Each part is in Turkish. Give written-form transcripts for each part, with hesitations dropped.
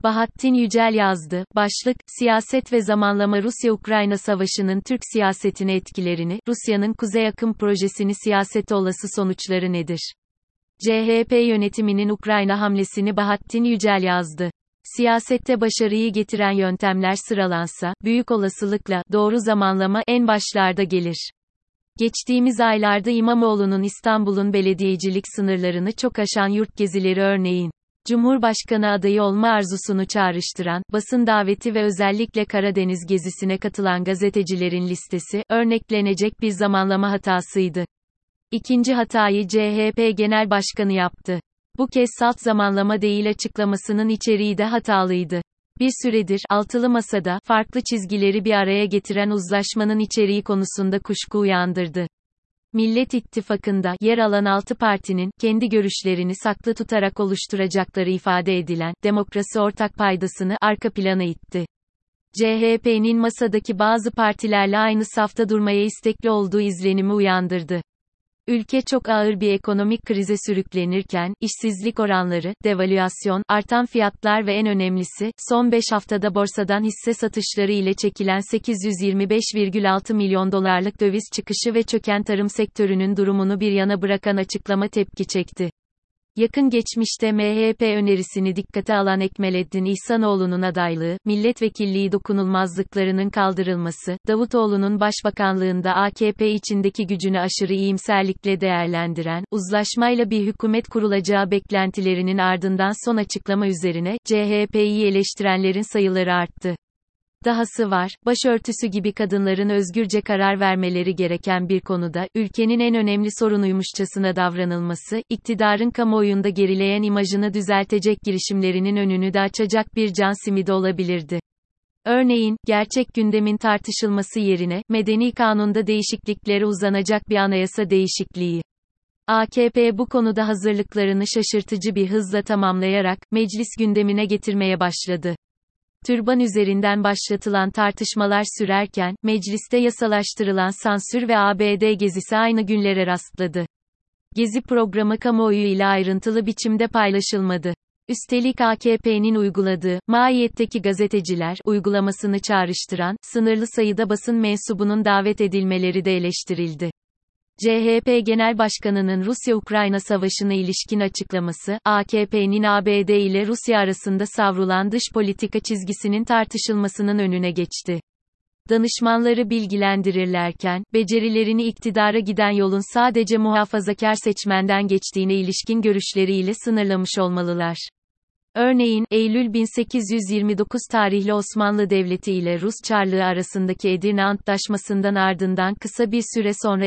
Bahattin Yücel yazdı. Başlık, siyaset ve zamanlama Rusya-Ukrayna Savaşı'nın Türk siyasetine etkilerini, Rusya'nın Kuzey Akım projesini siyasete olası sonuçları nedir? CHP yönetiminin Ukrayna hamlesini Bahattin Yücel yazdı. Siyasette başarıyı getiren yöntemler sıralansa, büyük olasılıkla, doğru zamanlama en başlarda gelir. Geçtiğimiz aylarda İmamoğlu'nun İstanbul'un belediyecilik sınırlarını çok aşan yurt gezileri örneğin, Cumhurbaşkanı adayı olma arzusunu çağrıştıran, basın daveti ve özellikle Karadeniz gezisine katılan gazetecilerin listesi, örneklenecek bir zamanlama hatasıydı. İkinci hatayı CHP Genel Başkanı yaptı. Bu kez salt zamanlama değil açıklamasının içeriği de hatalıydı. Bir süredir, altılı masada, farklı çizgileri bir araya getiren uzlaşmanın içeriği konusunda kuşku uyandırdı. Millet İttifakı'nda yer alan 6 partinin, kendi görüşlerini saklı tutarak oluşturacakları ifade edilen, demokrasi ortak paydasını, arka plana itti. CHP'nin masadaki bazı partilerle aynı safta durmaya istekli olduğu izlenimi uyandırdı. Ülke çok ağır bir ekonomik krize sürüklenirken, işsizlik oranları, devalüasyon, artan fiyatlar ve en önemlisi, son 5 haftada borsadan hisse satışları ile çekilen 825,6 milyon dolarlık döviz çıkışı ve çöken tarım sektörünün durumunu bir yana bırakan açıklama tepki çekti. Yakın geçmişte MHP önerisini dikkate alan Ekmelettin İhsanoğlu'nun adaylığı, milletvekilliği dokunulmazlıklarının kaldırılması, Davutoğlu'nun başbakanlığında AKP içindeki gücünü aşırı iyimserlikle değerlendiren, uzlaşmayla bir hükümet kurulacağı beklentilerinin ardından son açıklama üzerine, CHP'yi eleştirenlerin sayıları arttı. Dahası var, başörtüsü gibi kadınların özgürce karar vermeleri gereken bir konuda, ülkenin en önemli sorunuymuşçasına davranılması, iktidarın kamuoyunda gerileyen imajını düzeltecek girişimlerinin önünü de açacak bir can simidi olabilirdi. Örneğin, gerçek gündemin tartışılması yerine, medeni kanunda değişikliklere uzanacak bir anayasa değişikliği. AKP bu konuda hazırlıklarını şaşırtıcı bir hızla tamamlayarak, meclis gündemine getirmeye başladı. Türban üzerinden başlatılan tartışmalar sürerken, mecliste yasalaştırılan sansür ve ABD gezisi aynı günlere rastladı. Gezi programı kamuoyu ile ayrıntılı biçimde paylaşılmadı. Üstelik AKP'nin uyguladığı, mahiyetteki gazeteciler, uygulamasını çağrıştıran, sınırlı sayıda basın mensubunun davet edilmeleri de eleştirildi. CHP Genel Başkanı'nın Rusya-Ukrayna Savaşı'na ilişkin açıklaması, AKP'nin ABD ile Rusya arasında savrulan dış politika çizgisinin tartışılmasının önüne geçti. Danışmanları bilgilendirirlerken, becerilerini iktidara giden yolun sadece muhafazakar seçmenden geçtiğine ilişkin görüşleriyle sınırlamış olmalılar. Örneğin, Eylül 1829 tarihli Osmanlı Devleti ile Rus Çarlığı arasındaki Edirne Antlaşması'ndan ardından kısa bir süre sonra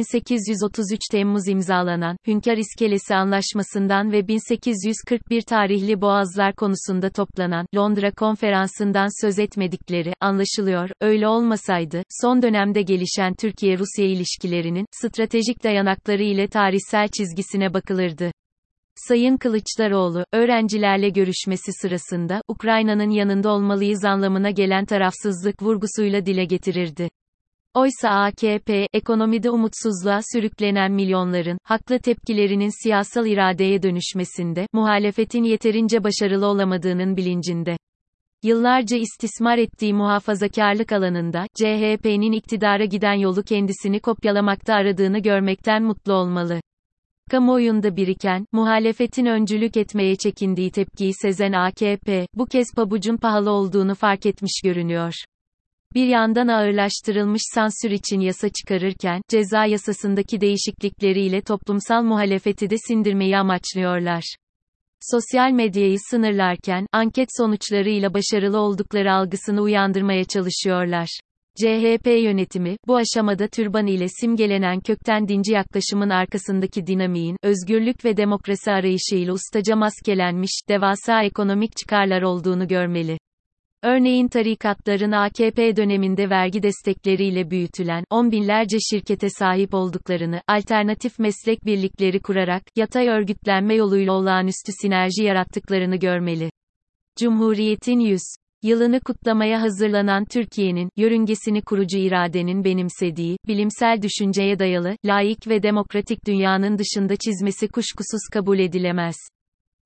-1833 Temmuz imzalanan, Hünkar İskelesi Anlaşması'ndan ve 1841 tarihli Boğazlar konusunda toplanan, Londra Konferansı'ndan söz etmedikleri, anlaşılıyor, öyle olmasaydı, son dönemde gelişen Türkiye-Rusya ilişkilerinin, stratejik dayanakları ile tarihsel çizgisine bakılırdı. Sayın Kılıçdaroğlu, öğrencilerle görüşmesi sırasında, Ukrayna'nın yanında olmalıyız anlamına gelen tarafsızlık vurgusuyla dile getirirdi. Oysa AKP, ekonomide umutsuzluğa sürüklenen milyonların, haklı tepkilerinin siyasal iradeye dönüşmesinde, muhalefetin yeterince başarılı olamadığının bilincinde. Yıllarca istismar ettiği muhafazakarlık alanında, CHP'nin iktidara giden yolu kendisini kopyalamakta aradığını görmekten mutlu olmalı. Kamuoyunda biriken, muhalefetin öncülük etmeye çekindiği tepkiyi sezen AKP, bu kez pabucun pahalı olduğunu fark etmiş görünüyor. Bir yandan ağırlaştırılmış sansür için yasa çıkarırken, ceza yasasındaki değişiklikleriyle toplumsal muhalefeti de sindirmeyi amaçlıyorlar. Sosyal medyayı sınırlarken, anket sonuçlarıyla başarılı oldukları algısını uyandırmaya çalışıyorlar. CHP yönetimi, bu aşamada türban ile simgelenen kökten dinci yaklaşımın arkasındaki dinamiğin, özgürlük ve demokrasi arayışıyla ustaca maskelenmiş, devasa ekonomik çıkarlar olduğunu görmeli. Örneğin tarikatların AKP döneminde vergi destekleriyle büyütülen, on binlerce şirkete sahip olduklarını, alternatif meslek birlikleri kurarak, yatay örgütlenme yoluyla olağanüstü sinerji yarattıklarını görmeli. Cumhuriyetin 100. Yılını kutlamaya hazırlanan Türkiye'nin, yörüngesini kurucu iradenin benimsediği, bilimsel düşünceye dayalı, laik ve demokratik dünyanın dışında çizmesi kuşkusuz kabul edilemez.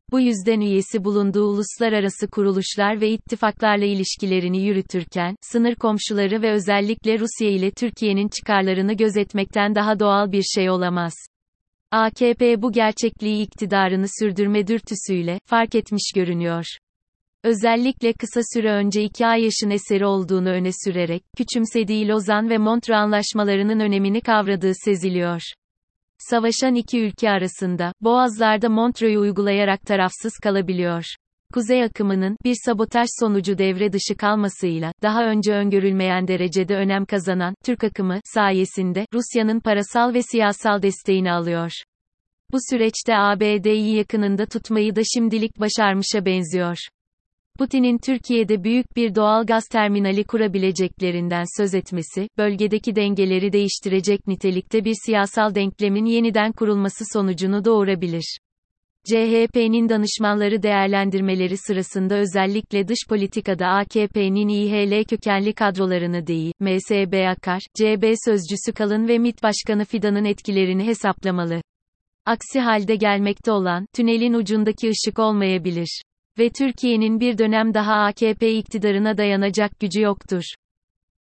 Bu yüzden üyesi bulunduğu uluslararası kuruluşlar ve ittifaklarla ilişkilerini yürütürken, sınır komşuları ve özellikle Rusya ile Türkiye'nin çıkarlarını gözetmekten daha doğal bir şey olamaz. AKP bu gerçekliği iktidarını sürdürme dürtüsüyle fark etmiş görünüyor. Özellikle kısa süre önce 2 AYAŞ'ın eseri olduğunu öne sürerek, küçümsediği Lozan ve Montreux anlaşmalarının önemini kavradığı seziliyor. Savaşan iki ülke arasında, Boğazlar'da Montreux'u uygulayarak tarafsız kalabiliyor. Kuzey akımının, bir sabotaj sonucu devre dışı kalmasıyla, daha önce öngörülmeyen derecede önem kazanan, Türk akımı, sayesinde, Rusya'nın parasal ve siyasal desteğini alıyor. Bu süreçte ABD'yi yakınında tutmayı da şimdilik başarmışa benziyor. Putin'in Türkiye'de büyük bir doğal gaz terminali kurabileceklerinden söz etmesi, bölgedeki dengeleri değiştirecek nitelikte bir siyasal denklemin yeniden kurulması sonucunu doğurabilir. CHP'nin danışmanları değerlendirmeleri sırasında özellikle dış politikada AKP'nin İHL kökenli kadrolarını değil, MSB Akar, CB sözcüsü Kalın ve MİT Başkanı Fidan'ın etkilerini hesaplamalı. Aksi halde gelmekte olan, tünelin ucundaki ışık olmayabilir. Ve Türkiye'nin bir dönem daha AKP iktidarına dayanacak gücü yoktur.